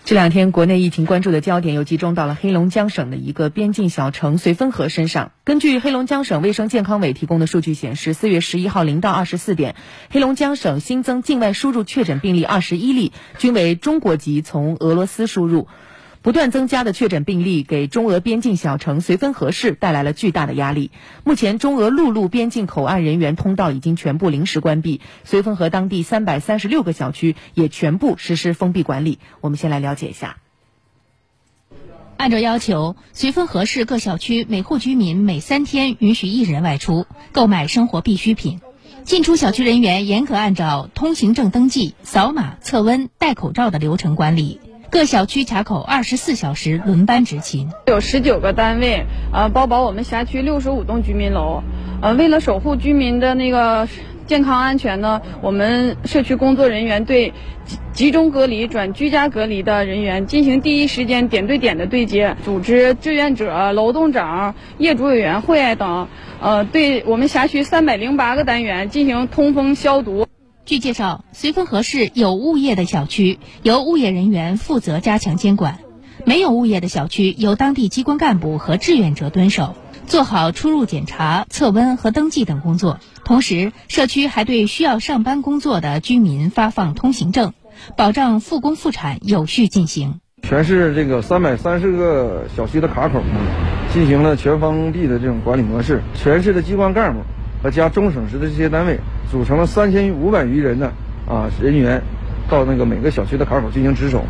这两天，国内疫情关注的焦点又集中到了黑龙江省的一个边境小城绥芬河身上。根据黑龙江省卫生健康委提供的数据显示，4月11号0到24点，黑龙江省新增境外输入确诊病例21例，均为中国籍从俄罗斯输入。不断增加的确诊病例给中俄边境小城绥芬河市带来了巨大的压力。目前，中俄陆路边境口岸人员通道已经全部临时关闭，绥芬河当地336个小区也全部实施封闭管理。我们先来了解一下。 按照要求，绥芬河市各小区每户居民每3天允许1人外出，购买生活必需品。进出小区人员严格按照通行证登记、扫码、测温、戴口罩的流程管理。各小区卡口24小时轮班执勤， 有19个单位，包括我们辖区65栋居民楼。为了守护居民的那个健康安全呢，我们社区工作人员对集中隔离转居家隔离的人员进行第一时间点对点的对接，组织志愿者、楼栋长、业主委员会等，对我们辖区308个单元进行通风消毒。 据介绍，绥芬河市有物业的小区由物业人员负责加强监管，没有物业的小区由当地机关干部和志愿者蹲守，做好出入检查、测温和登记等工作。同时，社区还对需要上班工作的居民发放通行证，保障复工复产有序进行。 全市这个330个小区的卡口呢，进行了全封闭的这种管理模式，全市的机关干部和加中省市的这些单位组成了3500余人的人员，到那个每个小区的卡口进行值守。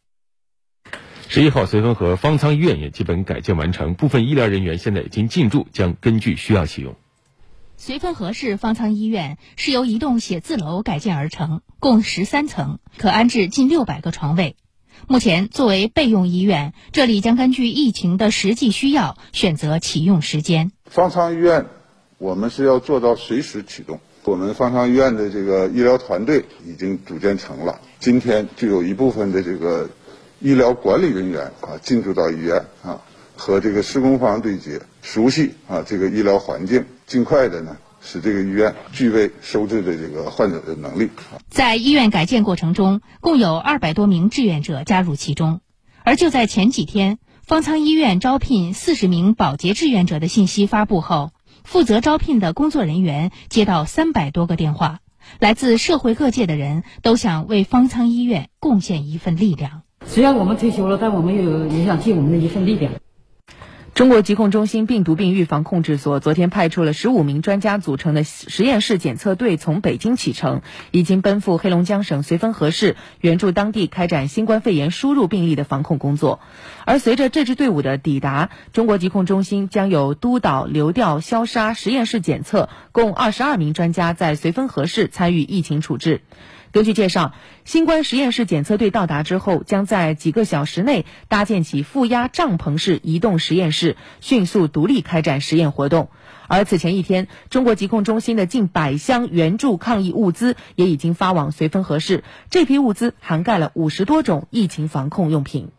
11号，绥芬河方舱医院也基本改建完成，部分医疗人员现在已经进驻，将根据需要启用。 绥芬河市方舱医院是由一栋写字楼改建而成，共13层，可安置近600个床位。目前作为备用医院，这里将根据疫情的实际需要选择启用时间。 方舱医院我们是要做到随时启动，我们方舱医院的这个医疗团队已经组建成了，今天就有一部分的这个医疗管理人员进驻到医院和这个施工方对接，熟悉这个医疗环境，尽快的呢使这个医院具备收治的这个患者的能力。 在医院改建过程中，共有200多名志愿者加入其中，而就在前几天，方舱医院招聘40名保洁志愿者的信息发布后，负责招聘的工作人员接到300多个电话，来自社会各界的人都想为方舱医院贡献一份力量。 虽然我们退休了，但我们也想尽我们的一份力量。 中国疾控中心病毒病预防控制所昨天派出了15名专家组成的实验室检测队从北京启程，已经奔赴黑龙江省绥芬河市，援助当地开展新冠肺炎输入病例的防控工作。而随着这支队伍的抵达，中国疾控中心将有督导、流调、消杀、实验室检测共22名专家在绥芬河市参与疫情处置。根据介绍，新冠实验室检测队到达之后，将在几个小时内搭建起负压帐篷式移动实验室，迅速独立开展实验活动。而此前一天，中国疾控中心的近100箱援助抗疫物资也已经发往绥芬河市，这批物资涵盖了50多种疫情防控用品。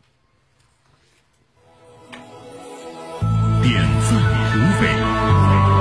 点赞无非。